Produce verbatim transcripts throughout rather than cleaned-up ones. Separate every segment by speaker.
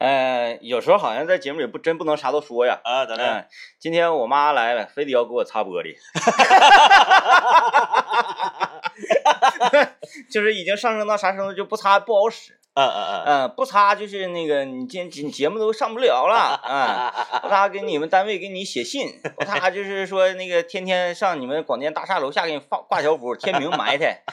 Speaker 1: 呃，有时候好像在节目里不真不能啥都说呀。
Speaker 2: 啊，咋的、
Speaker 1: 嗯？今天我妈来了，非得要给我擦玻璃，就是已经上升到啥程度，就不擦不好使。
Speaker 2: 嗯嗯嗯，
Speaker 1: 嗯，不擦就是那个你今今节目都上不了了啊！不擦给你们单位给你写信，不擦就是说那个天天上你们广电大厦楼下给你放挂小幅，天明埋汰。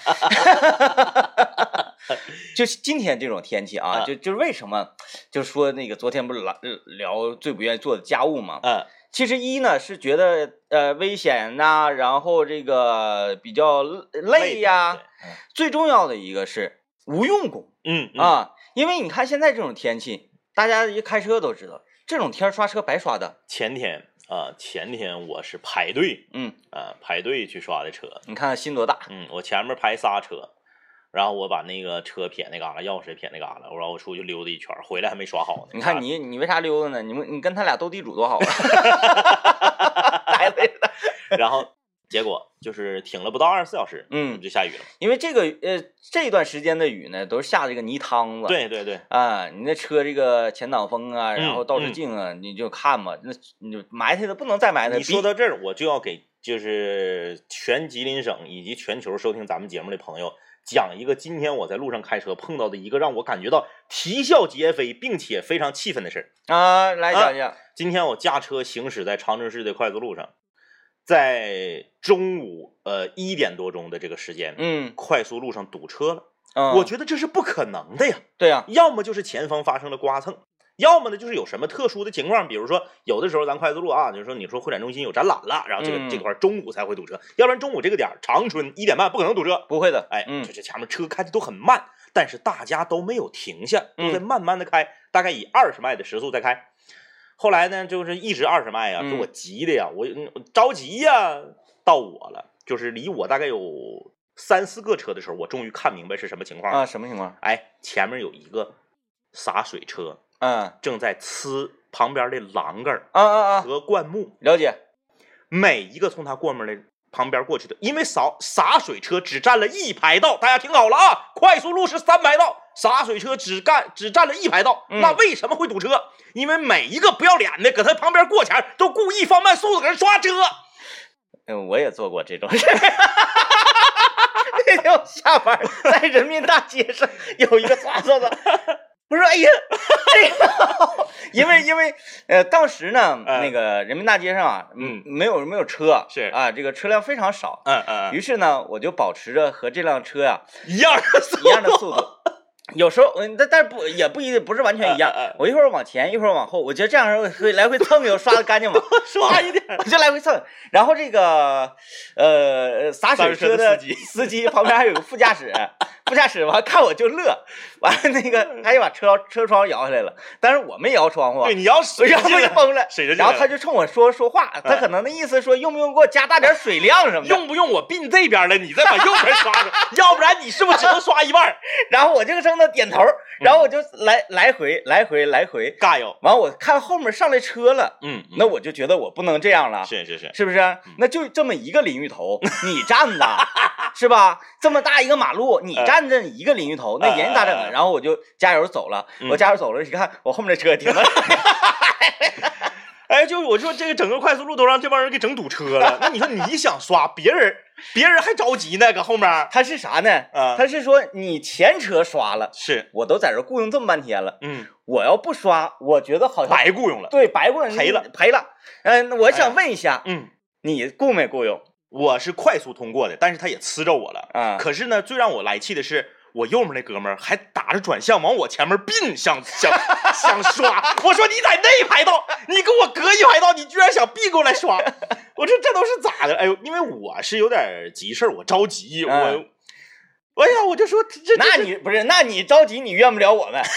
Speaker 1: 就是今天这种天气啊，就就是为什么就说那个昨天不是聊聊最不愿意做的家务嘛？
Speaker 2: 嗯，
Speaker 1: 其实一呢是觉得呃危险呐、啊，然后这个比较累呀、啊，最重要的一个是无用功。
Speaker 2: 嗯, 嗯
Speaker 1: 啊，因为你看现在这种天气，大家一开车都知道，这种天刷车白刷的。
Speaker 2: 前天啊，前天我是排队，
Speaker 1: 嗯
Speaker 2: 啊排队去刷的车。
Speaker 1: 你看心多大？
Speaker 2: 嗯，我前面排仨车，然后我把那个车撇那嘎达，钥匙撇那嘎达，然后我出去溜达一圈，回来还没刷好呢。
Speaker 1: 你看你你为啥溜达呢？你们你跟他俩斗地主多好啊！太累了。
Speaker 2: 然后结果就是停了不到二十四小时，
Speaker 1: 嗯，
Speaker 2: 就下雨了。
Speaker 1: 因为这个呃这段时间的雨呢，都是下这个泥汤子。
Speaker 2: 对对对。
Speaker 1: 啊，你那车这个前挡风啊，然后倒车镜啊，嗯、你就看吧，那你就埋汰的不能再埋汰。
Speaker 2: 你说到这儿，我就要给就是全吉林省以及全球收听咱们节目的朋友讲一个今天我在路上开车碰到的一个让我感觉到啼笑皆非并且非常气愤的事
Speaker 1: 啊，来讲讲、啊。
Speaker 2: 今天我驾车行驶在长春市的快速路上。在中午呃一点多钟的这个时间，
Speaker 1: 嗯，
Speaker 2: 快速路上堵车了，
Speaker 1: 嗯，
Speaker 2: 我觉得这是不可能的呀。
Speaker 1: 对呀、啊，
Speaker 2: 要么就是前方发生了刮蹭，要么呢就是有什么特殊的情况，比如说有的时候咱快速路啊，就是说你说会展中心有展览了，然后这个、
Speaker 1: 嗯、
Speaker 2: 这块中午才会堵车，要不然中午这个点长春一点半不可能堵车，
Speaker 1: 不会的。
Speaker 2: 哎，
Speaker 1: 嗯，
Speaker 2: 这这前面车开的都很慢，但是大家都没有停下，都在慢慢的开，嗯、大概以二十迈的时速在开。后来呢，就是一直二十迈呀，给我急的呀，我着急呀。到我了，就是离我大概有三四个车的时候，我终于看明白是什么情况
Speaker 1: 啊？什么情况？
Speaker 2: 哎，前面有一个洒水车，
Speaker 1: 嗯，
Speaker 2: 正在呲旁边的栏杆
Speaker 1: 啊啊啊
Speaker 2: 和灌木。
Speaker 1: 了解，
Speaker 2: 每一个从他过面的旁边过去的，因为洒洒水车只占了一排道，大家听好了啊！快速路是三排道，洒水车只干只占了一排道，
Speaker 1: 嗯、
Speaker 2: 那为什么会堵车？因为每一个不要脸的搁他旁边过前都故意放慢速度搁那刷车。
Speaker 1: 嗯，我也做过这种事。那天我下班在人民大街上有一个唰唰的，我说哎呀，哎呀，因为因为呃当时呢、嗯、那个人民大街上啊，嗯，没有没有车，
Speaker 2: 是
Speaker 1: 啊，这个车辆非常少，
Speaker 2: 嗯嗯，
Speaker 1: 于是呢我就保持着和这辆车呀、啊、
Speaker 2: 一样的速
Speaker 1: 度一样的速度。有时候，嗯，但但是不也不一定不是完全一样。
Speaker 2: 嗯嗯、
Speaker 1: 我一会儿往前，一会儿往后，我觉得这样会来回蹭有刷的干净嘛，
Speaker 2: 刷一点，
Speaker 1: 我就来回蹭。然后这个呃洒水车的司机旁边还有个副驾驶，副驾驶完看我就乐，完了那个他就把车车窗摇下来了，但是我没摇窗户，
Speaker 2: 对，你摇水
Speaker 1: 然后就崩了，
Speaker 2: 水
Speaker 1: 然后他就冲我说说话，他可能的意思说用不用给我加大点水量什么的，
Speaker 2: 用不用我并这边了，你再把右边刷上，要不然你是不是只能刷一半？
Speaker 1: 然后我就正在点头。然后我就来来回来回来回
Speaker 2: 尬游，
Speaker 1: 完我看后面上来车了，
Speaker 2: 嗯，
Speaker 1: 那我就觉得我不能这样了，
Speaker 2: 是是是，
Speaker 1: 是不是？嗯、那就这么一个淋浴头，你站的，是吧？这么大一个马路，你站着一个淋浴头，那人咋整啊？然后我就加油走了，
Speaker 2: 嗯、
Speaker 1: 我加油走了，你看我后面的车停了。
Speaker 2: 哎，就我说这个整个快速路都让这帮人给整堵车了，那你说你想刷，别人别人还着急呢，搁后面。
Speaker 1: 他是啥呢？
Speaker 2: 啊，
Speaker 1: 他是说你前车刷了，
Speaker 2: 是
Speaker 1: 我都在这雇佣这么半天了，
Speaker 2: 嗯，
Speaker 1: 我要不刷，我觉得好像
Speaker 2: 白雇佣了，
Speaker 1: 对，白雇佣
Speaker 2: 赔了
Speaker 1: 赔了。嗯、呃，我想问一下，
Speaker 2: 哎、嗯，
Speaker 1: 你雇没雇佣？
Speaker 2: 我是快速通过的，但是他也呲着我了
Speaker 1: 啊。
Speaker 2: 可是呢，最让我来气的是。我右面那哥们儿还打着转向往我前面并，想想想刷。我说你在那排道，你跟我隔一排道，你居然想并过来刷？我说这都是咋的？哎呦，因为我是有点急事儿，我着急，我，
Speaker 1: 嗯、
Speaker 2: 哎呀，我就说这，
Speaker 1: 那你不是，那你着急，你怨不了我们。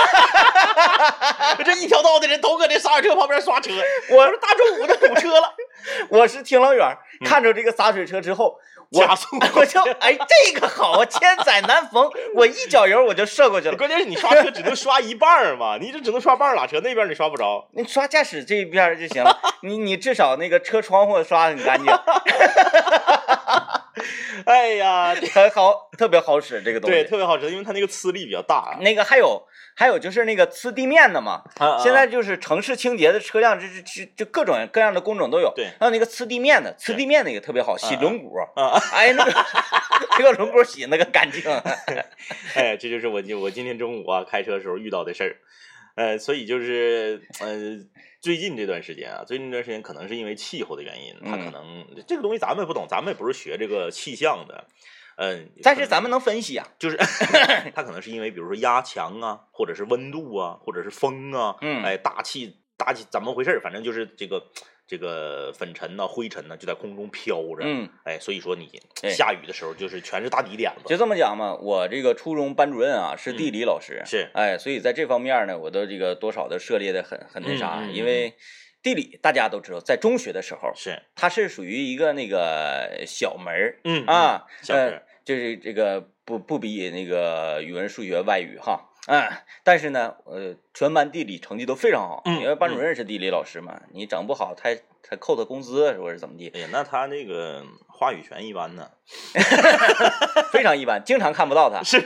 Speaker 2: 这一条道的人都搁这洒水车旁边刷车，我说大中午的堵车了。
Speaker 1: 我是听老远看着这个洒水车之后。
Speaker 2: 加速，
Speaker 1: 我就哎，这个好啊，千载难逢，我一脚油我就射过去了。
Speaker 2: 关键是你刷车只能刷一半嘛，你这只能刷半拉车，那边你刷不着。
Speaker 1: 你刷驾驶这一边就行了，你你至少那个车窗户刷的很干净。
Speaker 2: 哎呀，
Speaker 1: 很好，特别好使这个东西，
Speaker 2: 对，特别好使，因为它那个呲力比较大。
Speaker 1: 那个还有还有就是那个呲地面的嘛，
Speaker 2: 啊、
Speaker 1: 现在就是城市清洁的车辆，这这这就各种各样的工种都有。
Speaker 2: 对，
Speaker 1: 还有那个呲地面的，呲地面那个特别好，洗轮毂。
Speaker 2: 啊，
Speaker 1: 哎，那个这个轮毂洗那个干净。
Speaker 2: 哎，这就是我我今天中午啊开车的时候遇到的事儿。呃，所以就是呃，最近这段时间啊，最近这段时间可能是因为气候的原因，它可能、嗯、这个东西咱们也不懂，咱们也不是学这个气象的，嗯、呃，
Speaker 1: 但是咱们能分析啊，
Speaker 2: 就是它可能是因为比如说压强啊，或者是温度啊，或者是风啊，
Speaker 1: 嗯，
Speaker 2: 哎，大气大气怎么回事？反正就是这个这个粉尘呐、啊、灰尘呐、啊、就在空中飘着，
Speaker 1: 嗯，
Speaker 2: 哎，所以说你下雨的时候就是全是大底点子。
Speaker 1: 就这么讲嘛，我这个初中班主任啊是地理老师，
Speaker 2: 嗯、是，
Speaker 1: 哎，所以在这方面呢，我都这个多少的涉猎的很很那啥，
Speaker 2: 嗯嗯嗯、
Speaker 1: 因为地理大家都知道，在中学的时候
Speaker 2: 是
Speaker 1: 它是属于一个那个小门儿，
Speaker 2: 嗯
Speaker 1: 啊，
Speaker 2: 小门、呃，
Speaker 1: 就是这个不不比那个语文、数学、外语哈。嗯，但是呢，呃，全班地理成绩都非常好，
Speaker 2: 嗯、
Speaker 1: 因为班主任是地理老师嘛，嗯、你整不好，他他扣他工资，或者怎么地？
Speaker 2: 哎呀，那他那个话语权一般呢，
Speaker 1: 非常一般，经常看不到他。
Speaker 2: 是，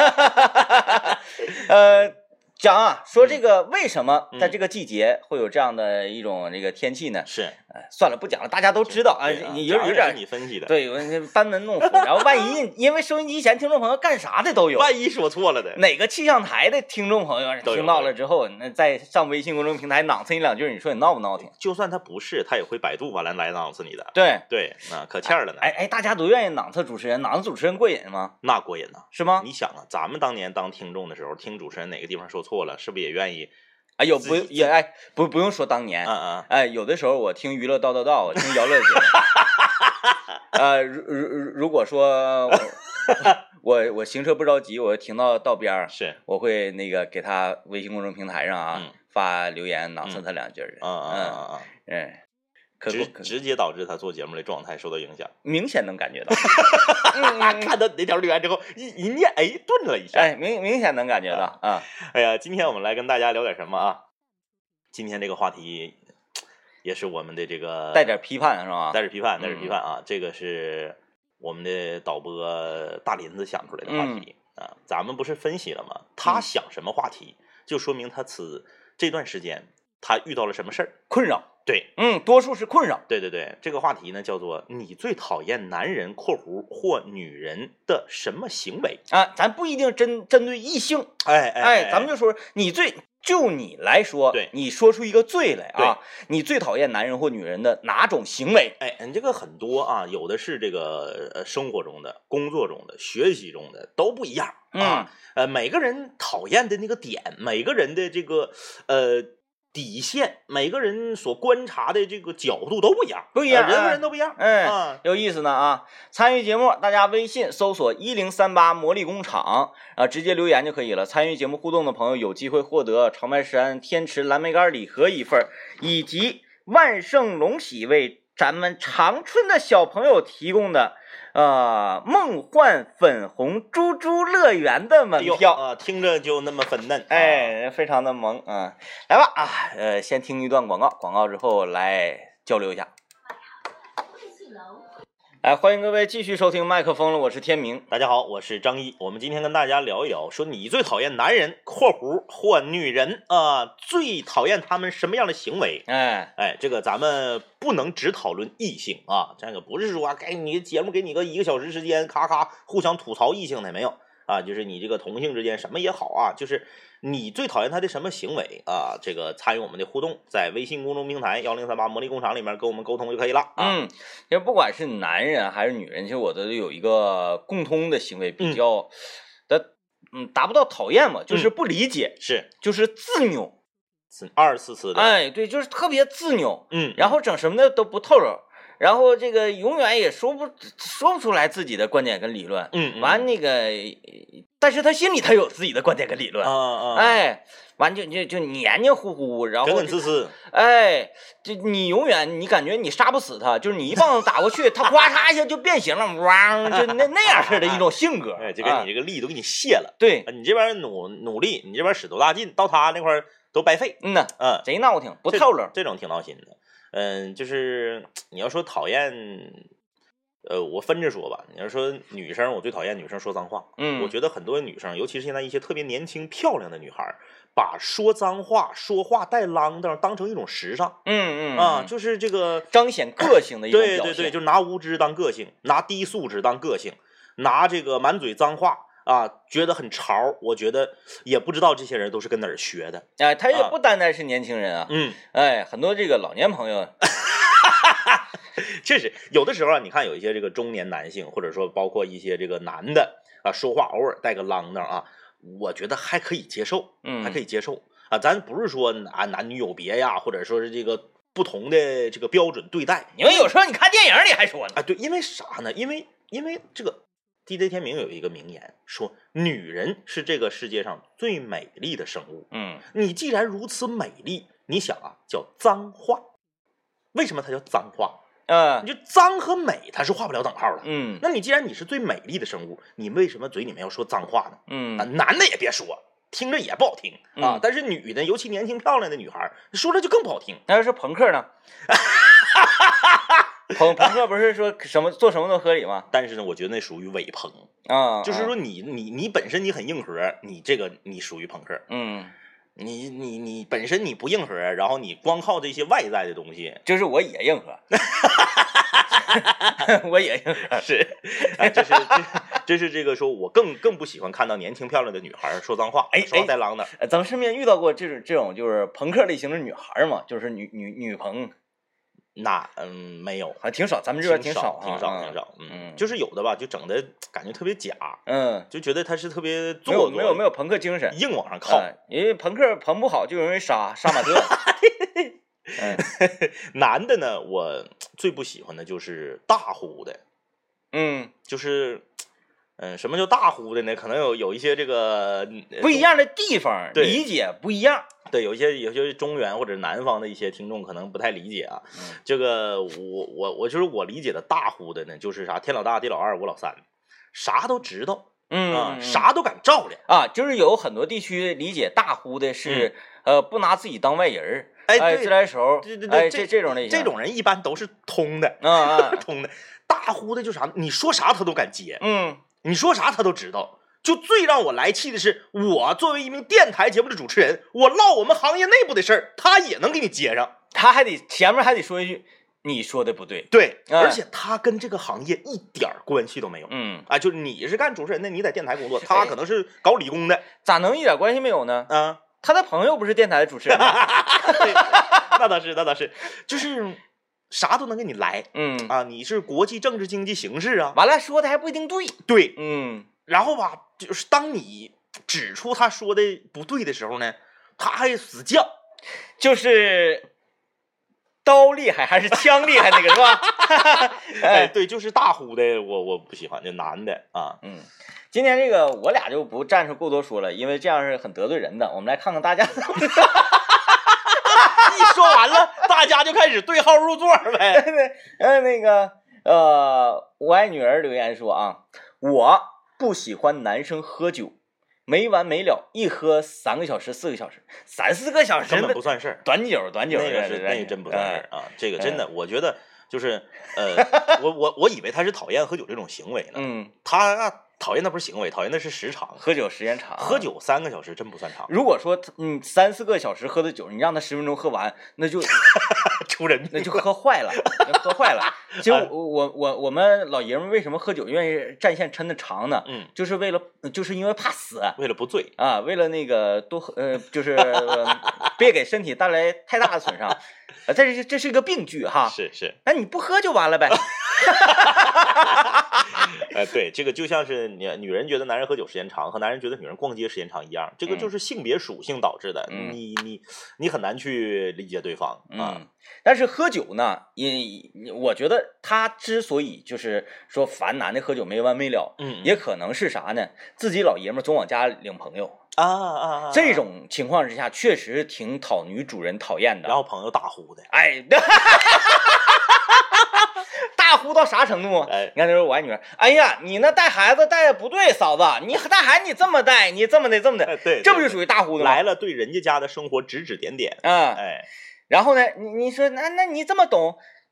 Speaker 1: 呃，讲啊，说这个为什么在这个季节会有这样的一种这个天气呢？
Speaker 2: 是，
Speaker 1: 呃，算了，不讲了，大家都知道啊，你有有点
Speaker 2: 你分析的，
Speaker 1: 对，班门弄斧，然后万一因为收音机前听众朋友干啥的都有，
Speaker 2: 万一说错了的，
Speaker 1: 哪个气象台的听众朋友听到了之后，那再上微信公众平台囊呲你两句，你说你闹不闹挺？
Speaker 2: 就算他不是，他也会百度完了来囊呲你的。
Speaker 1: 对
Speaker 2: 对，那可欠了呢。
Speaker 1: 哎哎，大家都愿意囊呲主持人，囊呲主持人过瘾吗？
Speaker 2: 那过瘾呐，
Speaker 1: 是吗？
Speaker 2: 你想啊，咱们当年当听众的时候，听主持人哪个地方说错了，是不是也愿意？
Speaker 1: 哎呦，不也哎不不用说当年，
Speaker 2: 嗯嗯，
Speaker 1: 哎，有的时候我听娱乐道道道，我听姚乐节目，呃，如如如果说我我我行车不着急，我停到道边儿，
Speaker 2: 是，
Speaker 1: 我会那个给他微信公众平台上啊、
Speaker 2: 嗯、
Speaker 1: 发留言，囊呲他两句儿，
Speaker 2: 嗯嗯嗯嗯，
Speaker 1: 嗯，可
Speaker 2: 直直接导致他做节目的状态受到影响，
Speaker 1: 明显能感觉到。
Speaker 2: 嗯、看到你那条留言之后，一一念，哎，顿了一下，
Speaker 1: 哎，明明显能感觉到啊。
Speaker 2: 哎呀，今天我们来跟大家聊点什么啊？今天这个话题也是我们的这个
Speaker 1: 带点批判是吧？
Speaker 2: 带着批判，带着批判啊！嗯、这个是我们的导播大林子想出来的话题、嗯、啊。咱们不是分析了吗？他想什么话题，嗯、就说明他此这段时间他遇到了什么事儿，
Speaker 1: 困扰。
Speaker 2: 对，
Speaker 1: 嗯，多数是困扰。
Speaker 2: 对对对，这个话题呢叫做你最讨厌男人（括弧或女人的什么行为）
Speaker 1: 啊，咱不一定针针对异性，
Speaker 2: 哎哎
Speaker 1: 哎，咱们就说你最就你来说，
Speaker 2: 对，
Speaker 1: 你说出一个最来啊，你最讨厌男人或女人的哪种行为？
Speaker 2: 哎，你这个很多啊，有的是这个呃生活中的、工作中的、学习中的都不一样啊，
Speaker 1: 嗯、
Speaker 2: 呃，每个人讨厌的那个点，每个人的这个呃。底线，每个人所观察的这个角度都不一样，
Speaker 1: 不一样，
Speaker 2: 人和人都不一样。
Speaker 1: 哎，
Speaker 2: 啊、
Speaker 1: 有意思呢啊！参与节目，大家微信搜索一零三八魔力工厂啊，直接留言就可以了。参与节目互动的朋友有机会获得长白山天池蓝莓干礼盒一份，以及万盛龙喜为咱们长春的小朋友提供的呃梦幻粉红猪猪乐园的门票
Speaker 2: 啊、呃，听着就那么粉嫩，
Speaker 1: 哎，非常的萌啊！来吧啊，呃，先听一段广告，广告之后来交流一下。哎，欢迎各位继续收听麦克风了，我是天明。
Speaker 2: 大家好，我是张一。我们今天跟大家聊一聊，说你最讨厌男人（括弧或女人啊、呃），最讨厌他们什么样的行为？
Speaker 1: 哎
Speaker 2: 哎，这个咱们不能只讨论异性啊，这个不是说给你节目给你个一个小时时间，咔咔互相吐槽异性的没有啊，就是你这个同性之间什么也好啊，就是你最讨厌他的什么行为啊？这个参与我们的互动，在微信公众平台幺零三八魔力工厂里面跟我们沟通就可以了啊。
Speaker 1: 嗯，其实不管是男人还是女人，其实我都有一个共通的行为，比较的嗯达不到讨厌嘛，就是不理解，
Speaker 2: 嗯、是
Speaker 1: 就是自扭，
Speaker 2: 二次次的，
Speaker 1: 哎，对，就是特别自扭，
Speaker 2: 嗯，
Speaker 1: 然后整什么的都不透露。然后这个永远也说不说不出来自己的观点跟理论，
Speaker 2: 嗯，
Speaker 1: 完那个，但是他心里他有自己的观点跟理论，
Speaker 2: 啊啊，
Speaker 1: 哎，完就就就黏黏糊糊，然后
Speaker 2: 梗梗呲呲，
Speaker 1: 哎，就你永远你感觉你杀不死他，就是你一棒子打过去，他咵嚓一下就变形了，哇，就那那样式的一种性格，
Speaker 2: 哎，就跟你这个力都给你卸了，
Speaker 1: 对，
Speaker 2: 你这边努努力，你这边使多大劲，到他那块都白费，
Speaker 1: 嗯呐，
Speaker 2: 嗯，
Speaker 1: 贼闹挺，不透露，
Speaker 2: 这种挺闹心的。嗯，就是你要说讨厌呃，我分着说吧。你要说女生，我最讨厌女生说脏话。
Speaker 1: 嗯，
Speaker 2: 我觉得很多女生，尤其是现在一些特别年轻漂亮的女孩，把说脏话、说话带啷当当成一种时尚。
Speaker 1: 嗯嗯
Speaker 2: 啊，就是这个
Speaker 1: 彰显个性的一种表现。
Speaker 2: 对对对，就拿无知当个性，拿低素质当个性，拿这个满嘴脏话啊，觉得很潮。我觉得也不知道这些人都是跟哪儿学的。
Speaker 1: 哎，他也不单单是年轻人啊。
Speaker 2: 嗯，
Speaker 1: 哎，很多这个老年朋友。
Speaker 2: 确实，有的时候啊，你看有一些这个中年男性，或者说包括一些这个男的啊，说话偶尔带个啷当啊，我觉得还可以接受，
Speaker 1: 嗯，
Speaker 2: 还可以接受啊。咱不是说啊男女有别呀，或者说是这个不同的这个标准对待。
Speaker 1: 因为有时候你看电影里还说呢
Speaker 2: 啊，对，因为啥呢？因为因为这个 D J 天明有一个名言说，女人是这个世界上最美丽的生物。
Speaker 1: 嗯，
Speaker 2: 你既然如此美丽，你想啊，叫脏话，为什么它叫脏话？
Speaker 1: 嗯，
Speaker 2: 你就脏和美它是画不了等号的。
Speaker 1: 嗯，
Speaker 2: 那你既然你是最美丽的生物，你为什么嘴里面要说脏话呢？
Speaker 1: 嗯，
Speaker 2: 啊，男的也别说，听着也不好听啊。
Speaker 1: 嗯、
Speaker 2: 但是女的，尤其年轻漂亮的女孩，说了就更不好听。
Speaker 1: 那要是朋克呢？朋朋克不是说什么做什么都合理吗？
Speaker 2: 但是呢，我觉得那属于伪朋
Speaker 1: 啊，
Speaker 2: 就是说你你你本身你很硬核，你这个你属于朋克。
Speaker 1: 嗯。
Speaker 2: 你你你本身你不硬核，然后你光靠这些外在的东西，
Speaker 1: 就是我也硬核，我也硬核
Speaker 2: 是，啊，这是这这是这个说，我更更不喜欢看到年轻漂亮的女孩说脏话，
Speaker 1: 哎，
Speaker 2: 说话带啷的。
Speaker 1: 咱们身边遇到过这种这种就是朋克类型的女孩嘛，就是女女女朋。
Speaker 2: 那嗯没有，
Speaker 1: 还挺少，咱们这边
Speaker 2: 挺
Speaker 1: 少，
Speaker 2: 挺少，挺少，嗯，就是有的吧，就整的感觉特别假，
Speaker 1: 嗯，
Speaker 2: 就觉得他是特别做
Speaker 1: 作，没有没有没有朋克精神，
Speaker 2: 硬往上靠，
Speaker 1: 因为朋克朋不好就容易杀杀马特。
Speaker 2: 嗯，男的呢，我最不喜欢的就是大呼的，
Speaker 1: 嗯，
Speaker 2: 就是。嗯，什么叫大呼的呢？可能有有一些这个
Speaker 1: 不一样的地方，理解不一样。
Speaker 2: 对，有一些有些中原或者南方的一些听众可能不太理解啊。
Speaker 1: 嗯、
Speaker 2: 这个我我我就是我理解的大呼的呢，就是啥天老大地老二我老三，啥都知道，
Speaker 1: 嗯
Speaker 2: 啊，啥都敢照亮
Speaker 1: 啊。就是有很多地区理解大呼的是、嗯、呃不拿自己当外人，
Speaker 2: 哎，
Speaker 1: 哎自来熟，
Speaker 2: 对对对，
Speaker 1: 哎这这种类型，
Speaker 2: 这种人一般都是通的，
Speaker 1: 啊啊，
Speaker 2: 通的。大呼的就啥，你说啥他都敢接，
Speaker 1: 嗯。
Speaker 2: 你说啥他都知道，就最让我来气的是，我作为一名电台节目的主持人，我唠我们行业内部的事儿，他也能给你接上，
Speaker 1: 他还得前面还得说一句你说的不对，
Speaker 2: 对，
Speaker 1: 哎、
Speaker 2: 而且他跟这个行业一点关系都没有，
Speaker 1: 嗯，
Speaker 2: 啊，就是你是干主持人的，你在电台工作，他可能是搞理工的，
Speaker 1: 咋能一点关系没有呢？
Speaker 2: 啊，
Speaker 1: 他的朋友不是电台的主持人吗？
Speaker 2: 那倒是，那倒是，就是。啥都能给你来，
Speaker 1: 嗯
Speaker 2: 啊，你是国际政治经济形势啊，
Speaker 1: 完了说的还不一定对，
Speaker 2: 对，
Speaker 1: 嗯，
Speaker 2: 然后吧，就是当你指出他说的不对的时候呢，他还死犟，
Speaker 1: 就是刀厉害还是枪厉害那个是吧？
Speaker 2: 哎，对，就是大呼的，我我不喜欢，就男的啊，
Speaker 1: 嗯，今天这个我俩就不站出够多说了，因为这样是很得罪人的。我们来看看大家。
Speaker 2: 一说完了，大家就开始对号入座呗。
Speaker 1: 嗯，那个呃，我爱女儿留言说啊，我不喜欢男生喝酒，没完没了，一喝三个小时、四个小时、三四个小时，
Speaker 2: 根本不算事儿。
Speaker 1: 短酒，短酒，
Speaker 2: 那个是那个真不算事儿啊。这个真的，我觉得就是呃，我我我以为他是讨厌喝酒这种行为呢。
Speaker 1: 嗯，
Speaker 2: 他。讨厌的不是行为，讨厌的是时长。
Speaker 1: 喝酒时间长，
Speaker 2: 喝酒三个小时真不算长。
Speaker 1: 如果说嗯三四个小时喝的酒，你让他十分钟喝完，那就
Speaker 2: 出人命，
Speaker 1: 那就喝坏了，喝坏了。其实我我我我们老爷们为什么喝酒愿意战线抻的长呢？
Speaker 2: 嗯，
Speaker 1: 就是为了就是因为怕死，
Speaker 2: 为了不醉
Speaker 1: 啊，为了那个多喝呃就是、呃、别给身体带来太大的损伤。啊，这是这是一个病句哈，
Speaker 2: 是是，
Speaker 1: 那你不喝就完了呗。
Speaker 2: 呃，对，这个就像是你女人觉得男人喝酒时间长，和男人觉得女人逛街时间长一样，这个就是性别属性导致的，
Speaker 1: 嗯、
Speaker 2: 你你你很难去理解对方啊。
Speaker 1: 嗯，但是喝酒呢，也我觉得他之所以就是说烦男的喝酒没完没了，
Speaker 2: 嗯，
Speaker 1: 也可能是啥呢？自己老爷们总往家领朋友。
Speaker 2: 啊啊啊！
Speaker 1: 这种情况之下，确实挺讨女主人讨厌的。
Speaker 2: 然后朋友大呼的，
Speaker 1: 哎，大呼到啥程度？
Speaker 2: 哎，
Speaker 1: 你看他说我爱女儿，哎呀，你那带孩子带的不对，嫂子，你带孩子你这么带，你这么的这么的，
Speaker 2: 哎、对，
Speaker 1: 这不就属于大呼的吗？
Speaker 2: 来了，对人家家的生活指指点点，
Speaker 1: 啊、嗯，
Speaker 2: 哎，
Speaker 1: 然后呢，你你说那那你这么懂，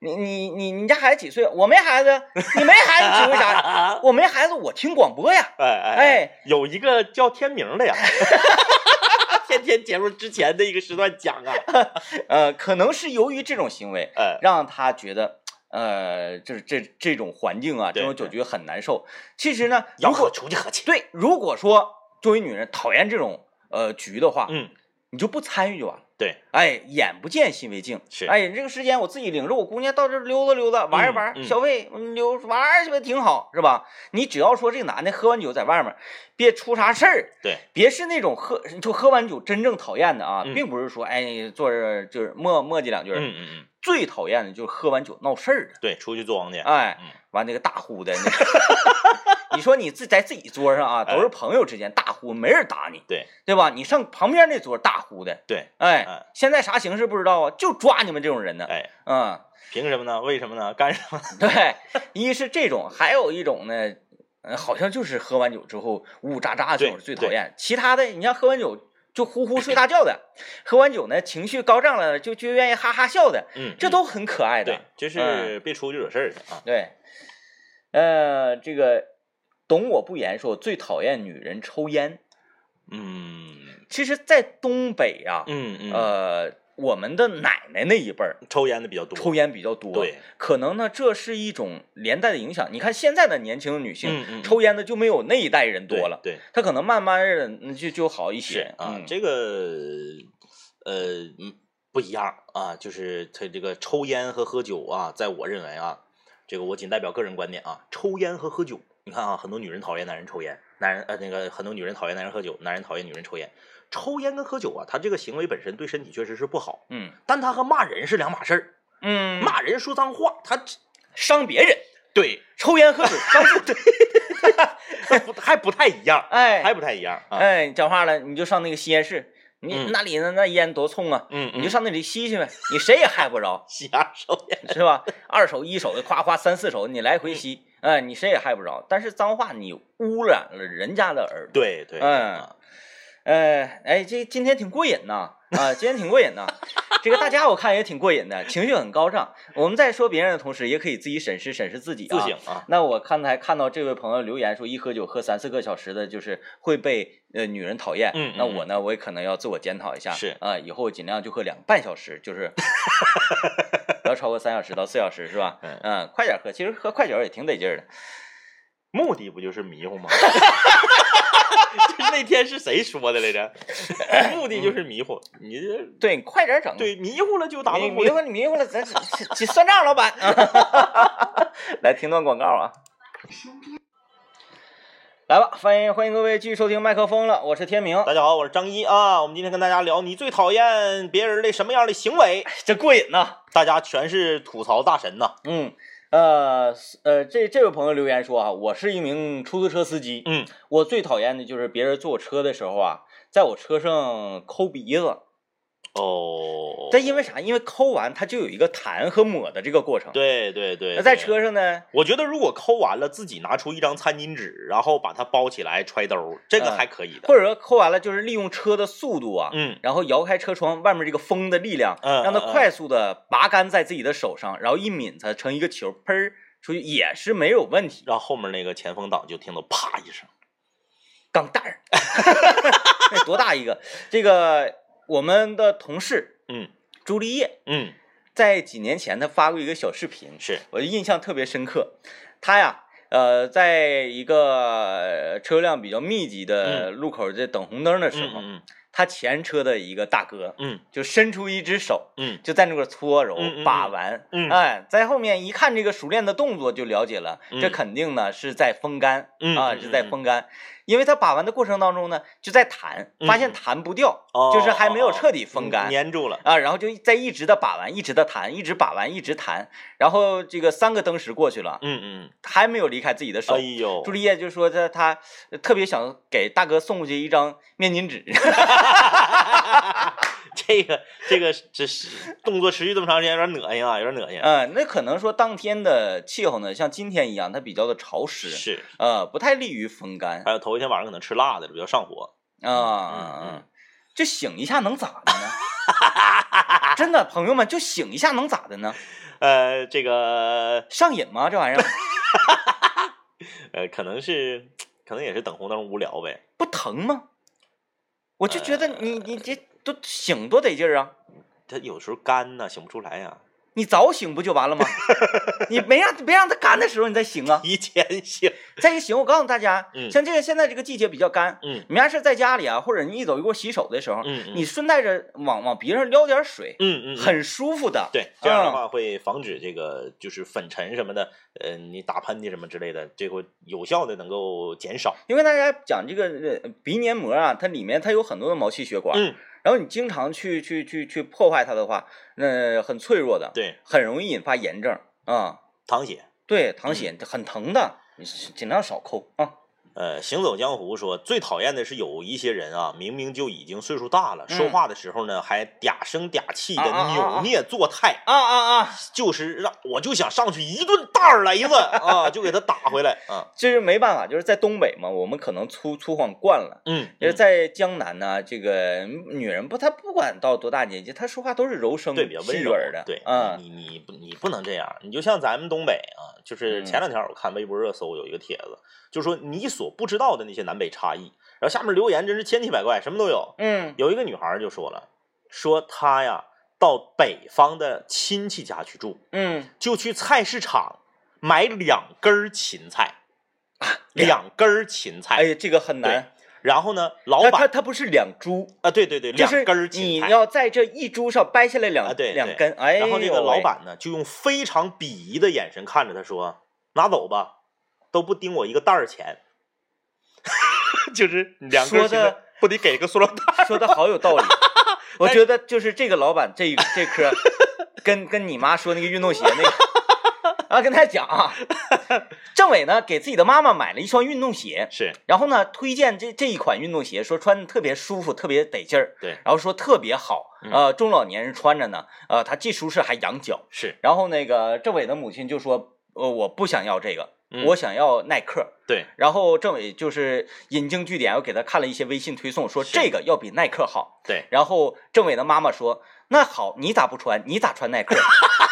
Speaker 1: 你你你你家孩子几岁？我没孩子，你没孩子，指挥啥？我没孩子，我听广播呀。
Speaker 2: 哎哎
Speaker 1: 哎，
Speaker 2: 有一个叫天明的呀。天天节目之前的一个时段讲啊，
Speaker 1: 呃，可能是由于这种行为，
Speaker 2: 呃，
Speaker 1: 让他觉得，呃，就是这这种环境啊，这种酒局很难受。其实呢，
Speaker 2: 要喝出去喝去。
Speaker 1: 对，如果说作为女人讨厌这种呃局的话，
Speaker 2: 嗯，
Speaker 1: 你就不参与就完了。
Speaker 2: 对，
Speaker 1: 哎，眼不见心为净。
Speaker 2: 是，
Speaker 1: 哎，这个时间我自己领着我姑娘到这溜达溜达，玩一玩，
Speaker 2: 嗯嗯、
Speaker 1: 消费溜玩去呗，挺好，是吧？你只要说这个男的喝完酒在外面，别出啥事儿，
Speaker 2: 对，
Speaker 1: 别是那种喝就喝完酒真正讨厌的啊，
Speaker 2: 嗯、
Speaker 1: 并不是说哎坐这就是磨磨叽两句，
Speaker 2: 嗯嗯嗯，
Speaker 1: 最讨厌的就是喝完酒闹事儿的，
Speaker 2: 对，出去装去，
Speaker 1: 哎，
Speaker 2: 嗯、
Speaker 1: 完那个大呼的。你说你自在自己桌上啊，都是朋友之间大呼，没人打你，
Speaker 2: 对
Speaker 1: 对吧？你上旁边那桌大呼的，
Speaker 2: 对，
Speaker 1: 哎，
Speaker 2: 嗯、
Speaker 1: 现在啥形势不知道啊，就抓你们这种人呢，
Speaker 2: 哎，
Speaker 1: 嗯，
Speaker 2: 凭什么呢？为什么呢？干什么？
Speaker 1: 对，一是这种，还有一种呢，呃，好像就是喝完酒之后呜喳喳的这种最讨厌，其他的你像喝完酒就呼呼睡大觉的，喝完酒呢情绪高涨了就就愿意哈哈笑的，
Speaker 2: 嗯，
Speaker 1: 这都很可爱的，
Speaker 2: 对，就是别出去惹事儿去啊，
Speaker 1: 对，呃，这个。懂我不言说最讨厌女人抽烟，
Speaker 2: 嗯，
Speaker 1: 其实，在东北啊，
Speaker 2: 嗯嗯，
Speaker 1: 呃，我们的奶奶那一辈儿
Speaker 2: 抽烟的比较多，
Speaker 1: 抽烟比较多，
Speaker 2: 对，
Speaker 1: 可能呢这是一种连带的影响。你看现在的年轻的女性，
Speaker 2: 嗯嗯、
Speaker 1: 抽烟的就没有那一代人多了，
Speaker 2: 对，
Speaker 1: 她可能慢慢的就就好一些
Speaker 2: 啊、
Speaker 1: 嗯。
Speaker 2: 这个呃不一样啊，就是他这个抽烟和喝酒啊，在我认为啊，这个我仅代表个人观点啊，抽烟和喝酒。你看啊，很多女人讨厌男人抽烟，男人呃那个很多女人讨厌男人喝酒，男人讨厌女人抽烟。抽烟跟喝酒啊，他这个行为本身对身体确实是不好，
Speaker 1: 嗯，
Speaker 2: 但他和骂人是两码事儿。
Speaker 1: 嗯，
Speaker 2: 骂人说脏话，他
Speaker 1: 伤别人。
Speaker 2: 对，
Speaker 1: 抽烟喝酒伤
Speaker 2: 对，不还不太一样，
Speaker 1: 哎，
Speaker 2: 还不太一样。啊、
Speaker 1: 哎，讲话了，你就上那个吸烟室。你、
Speaker 2: 嗯、
Speaker 1: 那里呢？那烟多冲啊！
Speaker 2: 嗯，
Speaker 1: 你就上那里吸去呗，你谁也害不着。
Speaker 2: 吸二手烟
Speaker 1: 是吧？二手、一手的，夸夸三四手，你来回吸，哎、嗯，你谁也害不着。但是脏话你污染了人家的耳朵。
Speaker 2: 对对，
Speaker 1: 嗯，呃，哎，这今天挺过瘾呐，啊，今天挺过瘾呐。这个大家我看也挺过瘾的，情绪很高涨。我们在说别人的同时，也可以自己审视审视自己啊。
Speaker 2: 自省啊。
Speaker 1: 那我刚才看到这位朋友留言说，一喝酒喝三四个小时的，就是会被呃女人讨厌。
Speaker 2: 嗯，
Speaker 1: 那我呢，我也可能要自我检讨一下。
Speaker 2: 是
Speaker 1: 啊、呃，以后尽量就喝两个半小时，就是不要超过三小时到四小时，是吧？
Speaker 2: 嗯
Speaker 1: 嗯，快点喝，其实喝快酒也挺得劲儿的。
Speaker 2: 目的不就是迷糊吗？那天是谁说的来着？目的就是迷糊，你
Speaker 1: 对，快点整。
Speaker 2: 对，迷糊了就打
Speaker 1: 迷迷糊了，迷糊了，咱算账，老板。来听段广告啊！来吧，欢迎欢迎各位继续收听麦克风了，我是天明。
Speaker 2: 大家好，我是张一啊。我们今天跟大家聊你最讨厌别人的什么样的行为？
Speaker 1: 这过瘾呐！
Speaker 2: 大家全是吐槽大神呐。
Speaker 1: 嗯。呃呃，这这位朋友留言说啊，我是一名出租车司机，
Speaker 2: 嗯，
Speaker 1: 我最讨厌的就是别人坐我车的时候啊，在我车上抠鼻子。
Speaker 2: 哦，
Speaker 1: 但因为啥？因为抠完它就有一个弹和抹的这个过程。
Speaker 2: 对对对。
Speaker 1: 那在车上呢？
Speaker 2: 我觉得如果抠完了，自己拿出一张餐巾纸，然后把它包起来揣兜，这个还可以的。
Speaker 1: 嗯、或者说抠完了，就是利用车的速度啊，
Speaker 2: 嗯，
Speaker 1: 然后摇开车窗外面这个风的力量，
Speaker 2: 嗯，
Speaker 1: 让它快速的拔干在自己的手上，然后一抿它成一个球，喷出去也是没有问题。
Speaker 2: 然后后面那个前风挡就听到啪一声，
Speaker 1: 钢蛋儿，那多大一个？这个我们的同事，
Speaker 2: 嗯，
Speaker 1: 朱丽叶，
Speaker 2: 嗯，
Speaker 1: 在几年前他发过一个小视频，
Speaker 2: 是
Speaker 1: 我就印象特别深刻。他呀，呃，在一个车辆比较密集的路口在等红灯的时候，
Speaker 2: 嗯嗯，
Speaker 1: 他前车的一个大哥，
Speaker 2: 嗯，
Speaker 1: 就伸出一只手，
Speaker 2: 嗯，
Speaker 1: 就在那块搓揉、
Speaker 2: 嗯、
Speaker 1: 把玩，
Speaker 2: 嗯，
Speaker 1: 哎，在后面一看这个熟练的动作，就了解了，
Speaker 2: 嗯、
Speaker 1: 这肯定呢是在风干，
Speaker 2: 嗯
Speaker 1: 啊，是在风干。因为他把玩的过程当中呢，就在弹，发现弹不掉，
Speaker 2: 嗯、
Speaker 1: 就是还没有彻底风干，
Speaker 2: 哦、粘住了
Speaker 1: 啊，然后就在一直的把玩，一直的弹，一直把玩，一直弹，然后这个三个灯时过去了，
Speaker 2: 嗯嗯，
Speaker 1: 还没有离开自己的手。
Speaker 2: 哎呦，
Speaker 1: 朱丽叶就说他他特别想给大哥送过去一张面巾纸。
Speaker 2: 这个这个这是动作持续这么长时间，有点恶心啊，有点恶心。
Speaker 1: 嗯，那可能说当天的气候呢，像今天一样，它比较的潮湿，
Speaker 2: 是，
Speaker 1: 呃，不太利于风干。
Speaker 2: 还有头一天晚上可能吃辣的，比较上火。
Speaker 1: 啊嗯嗯，就醒一下能咋的呢？真的，朋友们，就醒一下能咋的呢？
Speaker 2: 呃，这个
Speaker 1: 上瘾吗？这玩意儿？
Speaker 2: 呃，可能是，可能也是等红灯无聊呗。
Speaker 1: 不疼吗？我就觉得你你这都醒多得劲儿啊！
Speaker 2: 他有时候干呢，醒不出来呀、啊。
Speaker 1: 你早醒不就完了吗？你没让别让它干的时候你再醒啊，
Speaker 2: 提前醒。
Speaker 1: 再一醒，我告诉大家，
Speaker 2: 嗯，
Speaker 1: 像这个现在这个季节比较干，
Speaker 2: 嗯，
Speaker 1: 你要是在家里啊，或者你一走一过洗手的时候，
Speaker 2: 嗯嗯，
Speaker 1: 你顺带着往往鼻上撩点水，
Speaker 2: 嗯嗯，
Speaker 1: 很舒服的。
Speaker 2: 对，这样的话会防止这个就是粉尘什么的，呃，你打喷嚏什么之类的，这会有效的能够减少。
Speaker 1: 因为大家讲这个呃鼻黏膜啊，它里面它有很多的毛细血管。
Speaker 2: 嗯。
Speaker 1: 然后你经常去去去去破坏它的话，那、呃、很脆弱的，
Speaker 2: 对，
Speaker 1: 很容易引发炎症啊，
Speaker 2: 淌血，
Speaker 1: 对，淌血、嗯、很疼的，你尽量少抠啊。
Speaker 2: 呃，行走江湖说最讨厌的是有一些人啊，明明就已经岁数大了，嗯、说话的时候呢还嗲声嗲气的扭捏作态
Speaker 1: 啊啊啊，
Speaker 2: 就是让我就想上去一顿大耳雷子啊，就给他打回来啊。
Speaker 1: 这是没办法，就是在东北嘛，我们可能粗粗犷惯了，
Speaker 2: 嗯，
Speaker 1: 就是在江南呢，这个女人不，她不管到多大年纪，她说话都是柔声
Speaker 2: 对比较温柔
Speaker 1: 的，
Speaker 2: 对，
Speaker 1: 啊、
Speaker 2: 嗯，你你你你不能这样，你就像咱们东北啊，就是前两天我看微博热搜有一个帖子。就说你所不知道的那些南北差异，然后下面留言真是千奇百怪，什么都有。
Speaker 1: 嗯，
Speaker 2: 有一个女孩就说了，说她呀到北方的亲戚家去住，
Speaker 1: 嗯，
Speaker 2: 就去菜市场买两根芹菜，
Speaker 1: 啊、
Speaker 2: 两根芹菜，
Speaker 1: 哎，这个很难。
Speaker 2: 然后呢，老板
Speaker 1: 他他不是两株
Speaker 2: 啊，对对对，两根芹
Speaker 1: 菜，你要在这一株上掰下来两、
Speaker 2: 啊、对
Speaker 1: 两根，哎，
Speaker 2: 然后这个老板呢就用非常鄙夷的眼神看着他说：“拿走吧。”都不盯我一个袋儿钱，就是两根芹不得给个塑料袋？
Speaker 1: 说的好有道理，我觉得就是这个老板这这科，跟跟你妈说那个运动鞋那个，啊，跟他讲啊，政委呢给自己的妈妈买了一双运动鞋，
Speaker 2: 是，
Speaker 1: 然后呢推荐这这一款运动鞋，说穿的特别舒服，特别得劲儿，
Speaker 2: 对，
Speaker 1: 然后说特别好，呃，中老年人穿着呢，呃，它既舒适还养脚，
Speaker 2: 是，
Speaker 1: 然后那个政委的母亲就说，呃，我不想要这个。我想要耐克，
Speaker 2: 对，
Speaker 1: 然后政委就是引经据典，我给他看了一些微信推送，说这个要比耐克好，
Speaker 2: 对。
Speaker 1: 然后政委的妈妈说：“那好，你咋不穿？你咋穿耐克？”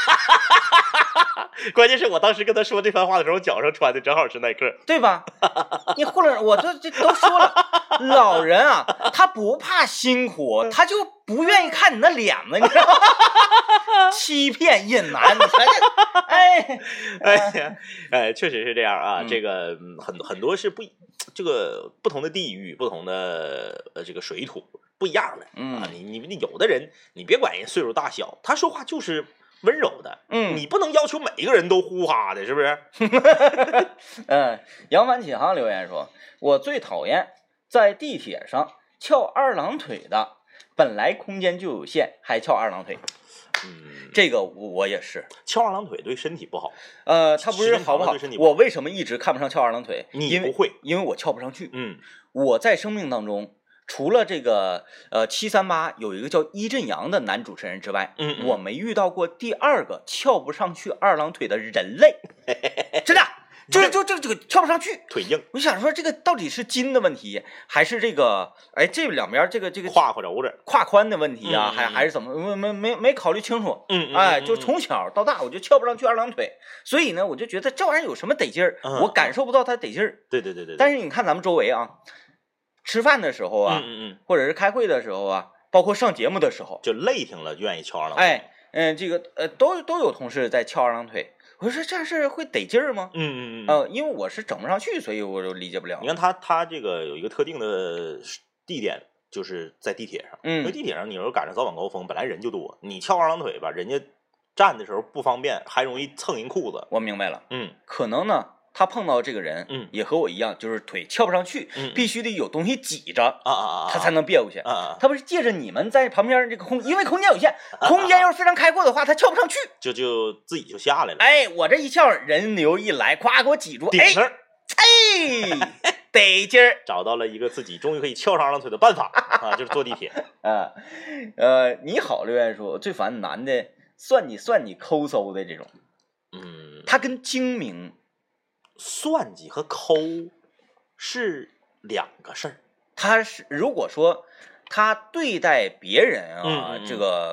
Speaker 2: 关键是我当时跟他说这番话的时候，脚上穿的正好是耐克，
Speaker 1: 对吧？你或者我都这都说了，老人啊，他不怕辛苦，他就不愿意看你那脸子，你知道吗？欺骗隐瞒，你瞧这，哎
Speaker 2: 哎呀，哎，确实是这样啊。嗯、这个很很多是不这个不同的地域、不同的呃这个水土不一样的，
Speaker 1: 嗯
Speaker 2: 啊，你你你有的人，你别管人岁数大小，他说话就是温柔的，
Speaker 1: 嗯，
Speaker 2: 你不能要求每一个人都呼哈的，是不是？
Speaker 1: 嗯，杨帆启航留言说，我最讨厌在地铁上翘二郎腿的，本来空间就有限，还翘二郎腿。
Speaker 2: 嗯，
Speaker 1: 这个我也是，
Speaker 2: 翘二郎腿对身体不好。
Speaker 1: 呃，他不是好不好？我为什么一直看不上翘二郎腿？
Speaker 2: 你不会，
Speaker 1: 因为我翘不上去。
Speaker 2: 嗯，
Speaker 1: 我在生命当中，除了这个呃七三八有一个叫伊振阳的男主持人之外，
Speaker 2: 嗯, 嗯，
Speaker 1: 我没遇到过第二个翘不上去二郎腿的人类，真的。就就就这个翘不上去，
Speaker 2: 腿硬。
Speaker 1: 我想说，这个到底是筋的问题，还是这个哎这两边这个这个
Speaker 2: 胯胯轴子、
Speaker 1: 胯宽的问题啊？
Speaker 2: 嗯、
Speaker 1: 还还是怎么？没没没没考虑清楚。
Speaker 2: 嗯
Speaker 1: 哎，就从小到大我就翘不上去二郎腿，所以呢，我就觉得这玩意儿有什么得劲儿，
Speaker 2: 嗯、
Speaker 1: 我感受不到它得劲儿。
Speaker 2: 对对对对。
Speaker 1: 但是你看咱们周围啊，吃饭的时候啊，
Speaker 2: 嗯嗯嗯，
Speaker 1: 或者是开会的时候啊，包括上节目的时候，
Speaker 2: 就累挺了，愿意翘二郎腿。
Speaker 1: 哎，嗯，这个呃，都都有同事在翘二郎腿。我说这样是会得劲儿吗？
Speaker 2: 嗯嗯嗯。
Speaker 1: 呃，因为我是整不上去，所以我就理解不了。
Speaker 2: 你看他他这个有一个特定的地点，就是在地铁上。
Speaker 1: 嗯。
Speaker 2: 因为地铁上你要赶上早晚高峰，本来人就多，你翘二郎腿吧，人家站的时候不方便，还容易蹭人裤子。
Speaker 1: 我明白了。
Speaker 2: 嗯。
Speaker 1: 可能呢，他碰到这个人，
Speaker 2: 嗯，
Speaker 1: 也和我一样，就是腿翘不上去，
Speaker 2: 嗯，
Speaker 1: 必须得有东西挤着
Speaker 2: 啊啊啊，
Speaker 1: 他才能别过去
Speaker 2: 啊啊。
Speaker 1: 他不是借着你们在旁边这个空，因为空间有限，空间要是非常开阔的话，他翘不上去，
Speaker 2: 就就自己就下来了。
Speaker 1: 哎，我这一翘，人流一来，咵给我挤住，
Speaker 2: 顶
Speaker 1: 上，哎，得劲儿，
Speaker 2: 找到了一个自己终于可以翘上二郎腿的办法啊，就是坐地铁。
Speaker 1: 啊，呃，你好，留言说最烦男的算计算计抠搜的这种，
Speaker 2: 嗯，
Speaker 1: 他跟精明。
Speaker 2: 算计和抠是两个事儿。
Speaker 1: 他是如果说他对待别人啊，
Speaker 2: 嗯嗯嗯
Speaker 1: 这个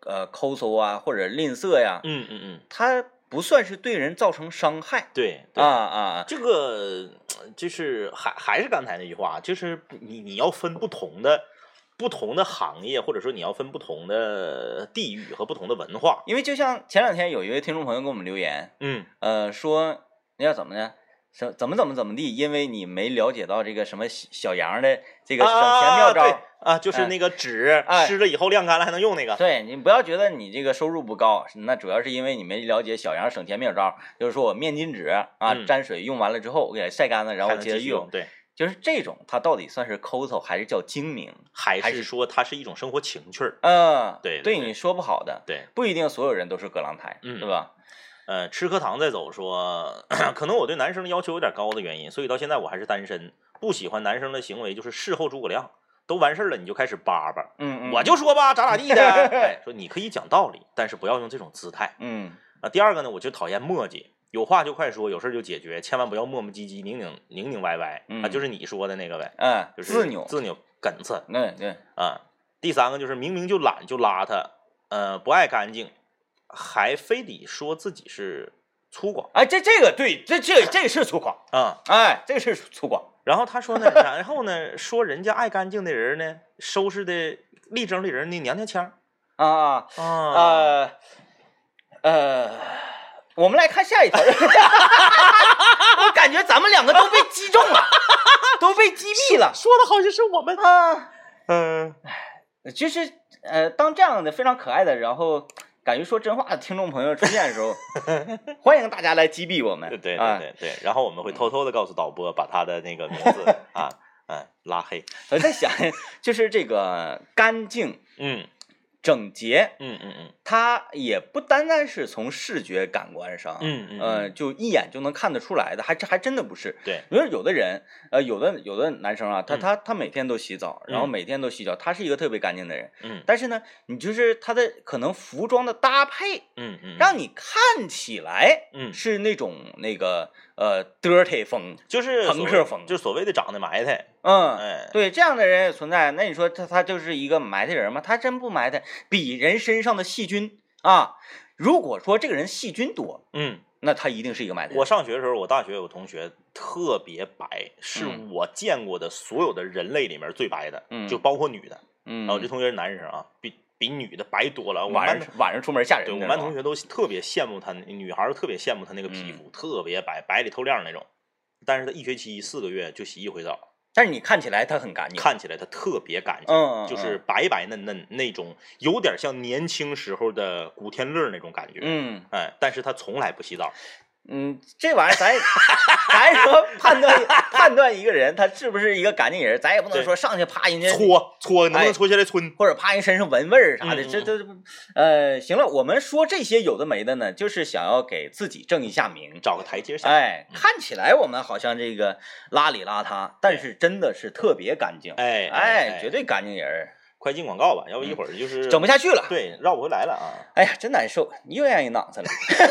Speaker 1: 呃抠搜啊或者吝啬呀，
Speaker 2: 嗯嗯嗯，
Speaker 1: 它不算是对人造成伤害。
Speaker 2: 对对
Speaker 1: 啊啊，
Speaker 2: 这个就是还还是刚才那句话，就是你你要分不同的不同的行业，或者说你要分不同的地域和不同的文化。
Speaker 1: 因为就像前两天有一位听众朋友给我们留言，
Speaker 2: 嗯，
Speaker 1: 呃，说那要怎么呢？什怎么怎么怎么地？因为你没了解到这个什么小羊的这个省钱妙招。
Speaker 2: 啊啊，就是那个纸湿了以后晾干了还能用那个。
Speaker 1: 对，你不要觉得你这个收入不高，那主要是因为你没了解小杨省钱妙招，就是说我面巾纸啊，
Speaker 2: 嗯、
Speaker 1: 沾水用完了之后，我给它晒干了，然后接着用。
Speaker 2: 对，
Speaker 1: 就是这种，它到底算是抠搜还是叫精明，
Speaker 2: 还是说它是一种生活情趣儿？
Speaker 1: 嗯，
Speaker 2: 对，
Speaker 1: 对你说不好的，
Speaker 2: 对，
Speaker 1: 不一定所有人都是葛朗台，
Speaker 2: 嗯，
Speaker 1: 对吧？
Speaker 2: 呃，吃颗糖再走说，可能我对男生的要求有点高的原因，所以到现在我还是单身，不喜欢男生的行为就是事后诸葛亮。都完事儿了，你就开始叭叭，
Speaker 1: 嗯嗯，
Speaker 2: 我就说吧，咋咋地的，哎，说你可以讲道理，但是不要用这种姿态，
Speaker 1: 嗯
Speaker 2: 啊。第二个呢，我就讨厌磨叽，有话就快说，有事就解决，千万不要磨磨唧唧、拧拧拧拧歪歪，啊，就是你说的那个呗，
Speaker 1: 嗯，
Speaker 2: 就是
Speaker 1: 自扭
Speaker 2: 自扭梗子，
Speaker 1: 对对
Speaker 2: 啊。第三个就是明明就懒就邋遢，呃，不爱干净，还非得说自己是粗犷，
Speaker 1: 哎，这这个对，这这这个是粗犷
Speaker 2: 啊，
Speaker 1: 哎，这个是粗犷。
Speaker 2: 然后他说呢，然后呢，说人家爱干净的人呢，收拾的立正的人呢，娘娘腔
Speaker 1: 啊啊
Speaker 2: 啊
Speaker 1: 呃呃，我们来看下一条。我感觉咱们两个都被击中了，都被击毙了。
Speaker 2: 说的好像是我们
Speaker 1: 啊，
Speaker 2: 嗯，
Speaker 1: 就是呃，当这样的非常可爱的，然后敢于说真话的听众朋友出现的时候，欢迎大家来击毙我们。
Speaker 2: 对对对对对，然后我们会偷偷的告诉导播，把他的那个名字啊，嗯，拉黑。
Speaker 1: 我在想，就是这个干净，
Speaker 2: 嗯，
Speaker 1: 整洁，
Speaker 2: 嗯嗯嗯，
Speaker 1: 它也不单单是从视觉感官上，
Speaker 2: 嗯嗯，
Speaker 1: 呃，就一眼就能看得出来的，还这还真的不是。
Speaker 2: 对，
Speaker 1: 因为有的人，呃，有的有的男生啊，他他他每天都洗澡，然后每天都洗脚，他是一个特别干净的人，
Speaker 2: 嗯，
Speaker 1: 但是呢，你就是他的可能服装的搭配，
Speaker 2: 嗯嗯，
Speaker 1: 让你看起来，
Speaker 2: 嗯，
Speaker 1: 是那种那个呃 dirty 风，
Speaker 2: 就是
Speaker 1: 朋克风，
Speaker 2: 就是所谓的长得埋汰。
Speaker 1: 嗯，
Speaker 2: 哎，
Speaker 1: 对，这样的人也存在。那你说他他就是一个埋汰人吗？他真不埋汰，比人身上的细菌啊，如果说这个人细菌多，
Speaker 2: 嗯，
Speaker 1: 那他一定是一个埋汰人。
Speaker 2: 我上学的时候，我大学有同学特别白，是我见过的所有的人类里面最白的，
Speaker 1: 嗯，
Speaker 2: 就包括女的。
Speaker 1: 嗯，
Speaker 2: 然后这同学是男生啊，比比女的白多了。
Speaker 1: 晚上晚上出门吓人。
Speaker 2: 对，我们班同学都特别羡慕他，女孩特别羡慕他那个皮肤，
Speaker 1: 嗯、
Speaker 2: 特别白，白里透亮那种。但是他一学期四个月就洗一回澡。
Speaker 1: 但是你看起来他很干净，
Speaker 2: 看起来他特别干净，
Speaker 1: 嗯，
Speaker 2: 就是白白嫩嫩那种，有点像年轻时候的古天乐那种感觉，
Speaker 1: 嗯，
Speaker 2: 哎，但是他从来不洗澡。
Speaker 1: 嗯，这玩意儿咱咱说判断判断一个人他是不是一个干净人，咱也不能说上去啪人家
Speaker 2: 搓搓能不能搓下来村，
Speaker 1: 哎、或者啪人身上闻味儿啥的，
Speaker 2: 嗯、
Speaker 1: 这这呃行了，我们说这些有的没的呢，就是想要给自己正一下名，
Speaker 2: 找个台阶下。
Speaker 1: 哎，看起来我们好像这个邋里邋遢，但是真的是特别干净，
Speaker 2: 哎
Speaker 1: 哎，绝对干净人。
Speaker 2: 快进广告吧，要不一会儿就是、
Speaker 1: 嗯、整不下去了，
Speaker 2: 对，绕不回来了啊！
Speaker 1: 哎呀，真难受，又让人囊子了。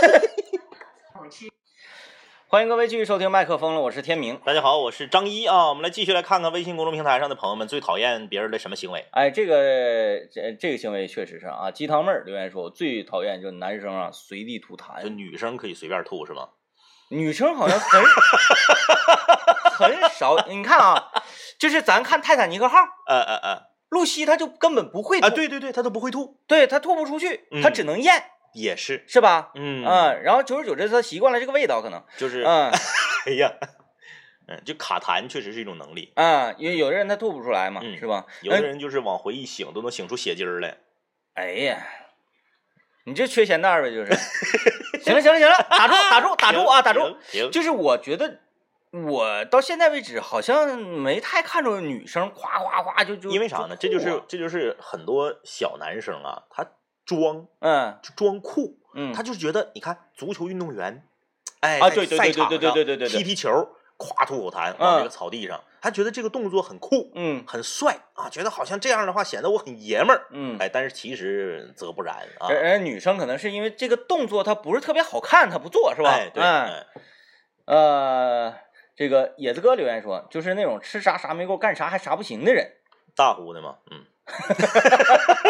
Speaker 1: 欢迎各位继续收听麦克风了，我是天明。
Speaker 2: 大家好，我是张一啊。我们来继续来看看微信公众平台上的朋友们最讨厌别人的什么行为。
Speaker 1: 哎，这个这这个行为确实是啊。鸡汤妹儿留言说，我最讨厌就是男生啊随地吐痰。
Speaker 2: 就女生可以随便吐是吗？
Speaker 1: 女生好像很很少。你看啊，就是咱看泰坦尼克号，
Speaker 2: 呃呃呃，
Speaker 1: 露西她就根本不会吐
Speaker 2: 啊，对对对，她都不会吐，
Speaker 1: 对她吐不出去，她、嗯、只能咽。
Speaker 2: 也是
Speaker 1: 是吧？
Speaker 2: 嗯
Speaker 1: 嗯，然后久而久之，他习惯了这个味道，可能
Speaker 2: 就是
Speaker 1: 嗯，
Speaker 2: 哎呀，嗯，就卡痰确实是一种能力
Speaker 1: 啊、嗯，因为有的人他吐不出来嘛，
Speaker 2: 嗯、
Speaker 1: 是吧？
Speaker 2: 有的人就是往回一醒，都能醒出血筋来。
Speaker 1: 哎呀，你这缺咸蛋呗，就是。行了行了行了，打住打住打住啊打住！就是我觉得我到现在为止好像没太看着女生夸夸夸就就
Speaker 2: 因为啥呢？这就是这就是很多小男生啊，他。装，
Speaker 1: 嗯，
Speaker 2: 就装酷，
Speaker 1: 嗯，
Speaker 2: 他就是觉得，你看足球运动员，哎，
Speaker 1: 啊，对对对对对对对对对，
Speaker 2: 踢踢球，夸吐口痰往这个草地上，他觉得这个动作很酷，
Speaker 1: 嗯，
Speaker 2: 很帅啊，觉得好像这样的话显得我很爷们儿，
Speaker 1: 嗯，
Speaker 2: 哎，但是其实则不然啊。
Speaker 1: 而而女生可能是因为这个动作它不是特别好看，她不做是吧？
Speaker 2: 哎，对，
Speaker 1: 嗯，呃，这个野子哥留言说，就是那种吃啥啥没够，干啥还啥不行的人，
Speaker 2: 大呼的嘛，嗯。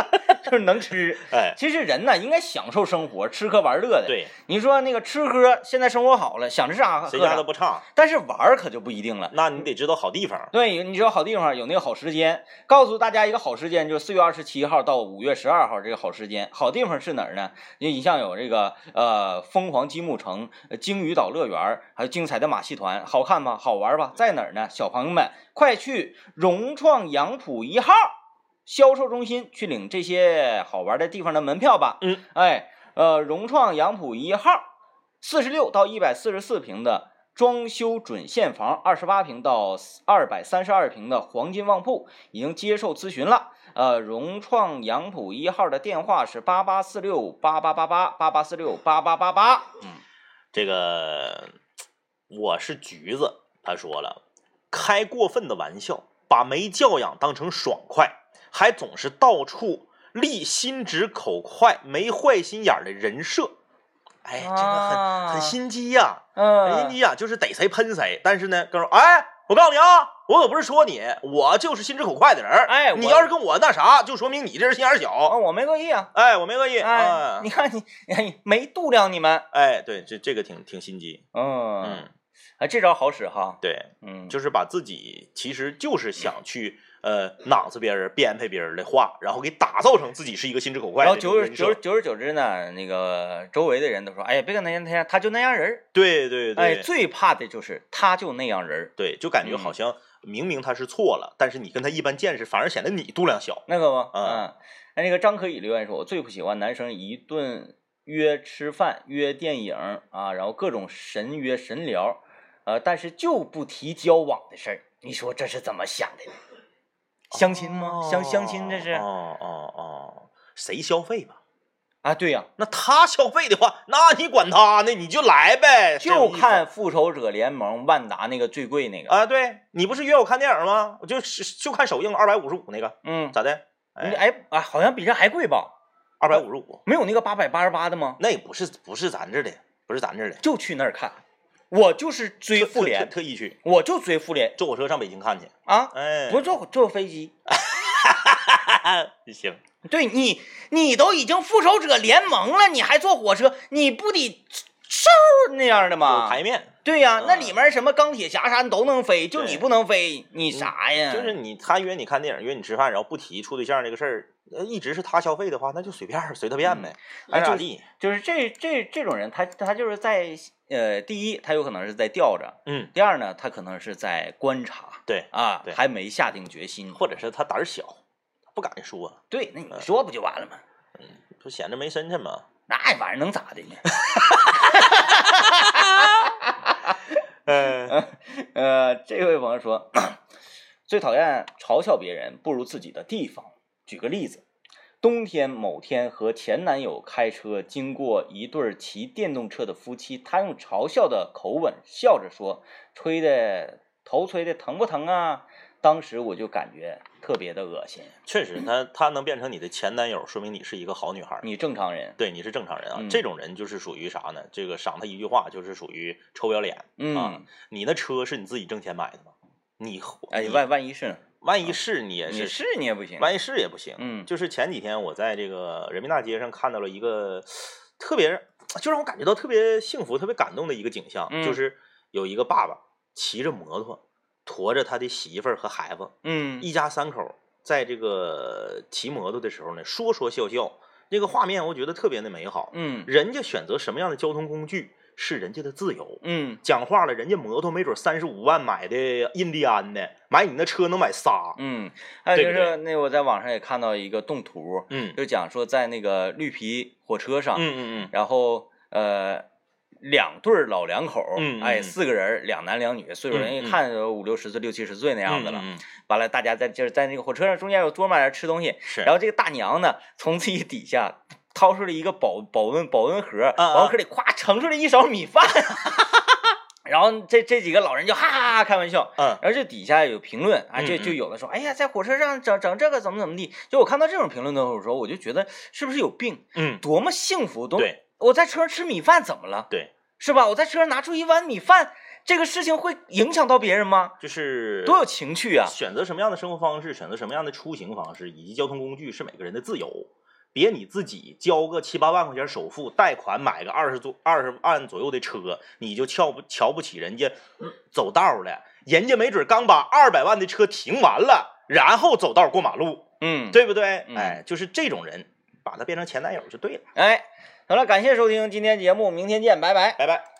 Speaker 1: 就是能吃。
Speaker 2: 哎，
Speaker 1: 其实人呢应该享受生活，吃喝玩乐的。
Speaker 2: 对，
Speaker 1: 你说那个吃喝，现在生活好了，想吃啥喝啥，
Speaker 2: 谁家都不差。
Speaker 1: 但是玩可就不一定了。
Speaker 2: 那你得知道好地方。
Speaker 1: 对，你知道好地方有那个好时间，告诉大家一个好时间，就是四月二十七号到五月十二号这个好时间。好地方是哪儿呢？你像有这个呃凤凰积木城、鲸鱼岛乐园，还有精彩的马戏团，好看吗？好玩吧？在哪儿呢？小朋友们快去融创杨浦一号销售中心去领这些好玩的地方的门票吧。
Speaker 2: 嗯，
Speaker 1: 哎，呃，融创杨浦一号四十六到一百四十四平的装修准现房，二十八平到二百三十二平的黄金旺铺已经接受咨询了。呃，融创杨浦一号的电话是八八四六八八八八八八四六八八八八。嗯，
Speaker 2: 这个我是橘子，他说了，开过分的玩笑，把没教养当成爽快，还总是到处立心直口快、没坏心眼的人设。哎，这个很、啊、很心机呀、啊，
Speaker 1: 嗯，
Speaker 2: 很心机呀、啊，就是逮谁喷谁。但是呢，跟说，哎，我告诉你啊，我可不是说你，我就是心直口快的人。
Speaker 1: 哎，
Speaker 2: 你要是跟我那啥，就说明你这人心眼小。
Speaker 1: 啊，我没恶意啊。
Speaker 2: 哎，我没恶意。
Speaker 1: 哎，
Speaker 2: 哎
Speaker 1: 你看你，你没度量你们。
Speaker 2: 哎，对，这这个挺挺心机。
Speaker 1: 嗯嗯，哎，这招好使哈。
Speaker 2: 对，
Speaker 1: 嗯，
Speaker 2: 就是把自己其实就是想去。呃，囊子别人、编排别人的话，然后给打造成自己是一个心直口快的。
Speaker 1: 然后久而久而久而久之呢，那个周围的人都说：“哎呀，别跟那样那样，他就那样人。”
Speaker 2: 对对对。
Speaker 1: 哎，最怕的就是他就那样人。
Speaker 2: 对，就感觉好像明明他是错了，嗯、但是你跟他一般见识，反而显得你度量小。
Speaker 1: 那个吗？
Speaker 2: 嗯。
Speaker 1: 哎、嗯，那个张可以留言说：“我最不喜欢男生一顿约吃饭、约电影啊，然后各种神约神聊，呃，但是就不提交往的事儿。你说这是怎么想的呢？”相亲吗？相相亲这是？
Speaker 2: 哦哦哦，谁消费吧？
Speaker 1: 啊，对呀、啊，
Speaker 2: 那他消费的话，那你管他呢？你就来呗，
Speaker 1: 就看复仇者联盟万达那个最贵那个
Speaker 2: 啊。对，你不是约我看电影吗？我就就看首映二百五十五那个，
Speaker 1: 嗯，
Speaker 2: 咋的？
Speaker 1: 哎哎啊，好像比这还贵吧？
Speaker 2: 二百五十五，
Speaker 1: 没有那个八百八十八的吗？
Speaker 2: 那不是不是咱这的，不是咱这的，
Speaker 1: 就去那儿看。我就是追复联，
Speaker 2: 特意去，
Speaker 1: 我就追复联，
Speaker 2: 坐火车上北京看去
Speaker 1: 啊！
Speaker 2: 哎，
Speaker 1: 不坐坐飞机，
Speaker 2: 行。
Speaker 1: 对你，你都已经复仇者联盟了，你还坐火车，你不得嗖那样的吗？
Speaker 2: 有排面。
Speaker 1: 对呀、啊，
Speaker 2: 嗯、
Speaker 1: 那里面什么钢铁侠啥都能飞，就你不能飞，你啥呀？
Speaker 2: 就是你他约你看电影，约你吃饭，然后不提处对象这个事儿，一直是他消费的话，那就随便随他便呗，爱咋地。
Speaker 1: 就是这这这种人，他他就是在呃，第一，他有可能是在吊着，
Speaker 2: 嗯；
Speaker 1: 第二呢，他可能是在观察，
Speaker 2: 对
Speaker 1: 啊，
Speaker 2: 对，
Speaker 1: 还没下定决心，
Speaker 2: 或者是他胆小，不敢说。
Speaker 1: 对，那你说不就完了吗？
Speaker 2: 嗯，不显得没深沉吗？
Speaker 1: 那玩意儿能咋的呢？
Speaker 2: 呃
Speaker 1: 呃，这位朋友说，最讨厌嘲笑别人不如自己的地方。举个例子，冬天某天和前男友开车经过一对骑电动车的夫妻，他用嘲笑的口吻笑着说：“吹的头吹的疼不疼啊？”当时我就感觉特别的恶心。
Speaker 2: 确实，他他能变成你的前男友，说明你是一个好女孩，
Speaker 1: 你正常人。
Speaker 2: 对，你是正常人啊。
Speaker 1: 嗯、
Speaker 2: 这种人就是属于啥呢？这个赏他一句话就是属于臭不要脸。
Speaker 1: 嗯
Speaker 2: 啊，你那车是你自己挣钱买的吗？你
Speaker 1: 哎，万万一是呢？
Speaker 2: 万一是你也是，
Speaker 1: 你是你也不行，
Speaker 2: 万一是也不行。
Speaker 1: 嗯，
Speaker 2: 就是前几天我在这个人民大街上看到了一个特别，就让我感觉到特别幸福、特别感动的一个景象，
Speaker 1: 嗯、
Speaker 2: 就是有一个爸爸骑着摩托，驮着他的媳妇儿和孩子，
Speaker 1: 嗯，
Speaker 2: 一家三口在这个骑摩托的时候呢，说说笑笑，这个画面我觉得特别的美好。
Speaker 1: 嗯，
Speaker 2: 人家选择什么样的交通工具是人家的自由。
Speaker 1: 嗯，
Speaker 2: 讲话了，人家摩托没准三十五万买的印第安的，买你那车能买仨。
Speaker 1: 嗯，还有就是那我在网上也看到一个动图，
Speaker 2: 嗯，
Speaker 1: 就讲说在那个绿皮火车上，
Speaker 2: 嗯嗯嗯，
Speaker 1: 然后呃两对老两口，
Speaker 2: 嗯，
Speaker 1: 哎，四个人，两男两女，岁数人一看有五六十岁、六七十岁那样子了。
Speaker 2: 嗯，
Speaker 1: 完了，大家在就是在那个火车上中间有桌嘛，吃东西，
Speaker 2: 是，
Speaker 1: 然后这个大娘呢，从自己底下掏出了一个保保温保温盒，
Speaker 2: 啊、
Speaker 1: 保温盒里咵盛出了一勺米饭。然后这这几个老人就哈哈哈开玩笑，
Speaker 2: 嗯，
Speaker 1: 然后这底下有评论啊，就就有的说，哎呀，在火车上整整这个怎么怎么地。就我看到这种评论的时候，我就觉得是不是有病？
Speaker 2: 嗯，
Speaker 1: 多么幸福，多
Speaker 2: 对，
Speaker 1: 我在车上吃米饭怎么了？
Speaker 2: 对，
Speaker 1: 是吧？我在车上拿出一碗米饭，这个事情会影响到别人吗？
Speaker 2: 就是
Speaker 1: 多有情趣啊！
Speaker 2: 选择什么样的生活方式，选择什么样的出行方式，以及交通工具是每个人的自由。 别你自己交个七八万块钱首付，贷款买个二十多二十万左右的车，你就瞧不瞧不起人家走道了，人家没准刚把二百万的车停完了，然后走道过马路，
Speaker 1: 嗯，
Speaker 2: 对不对？
Speaker 1: 嗯、
Speaker 2: 哎，就是这种人，把他变成前男友就对了。
Speaker 1: 哎，好了，感谢收听今天节目，明天见，拜拜，
Speaker 2: 拜拜。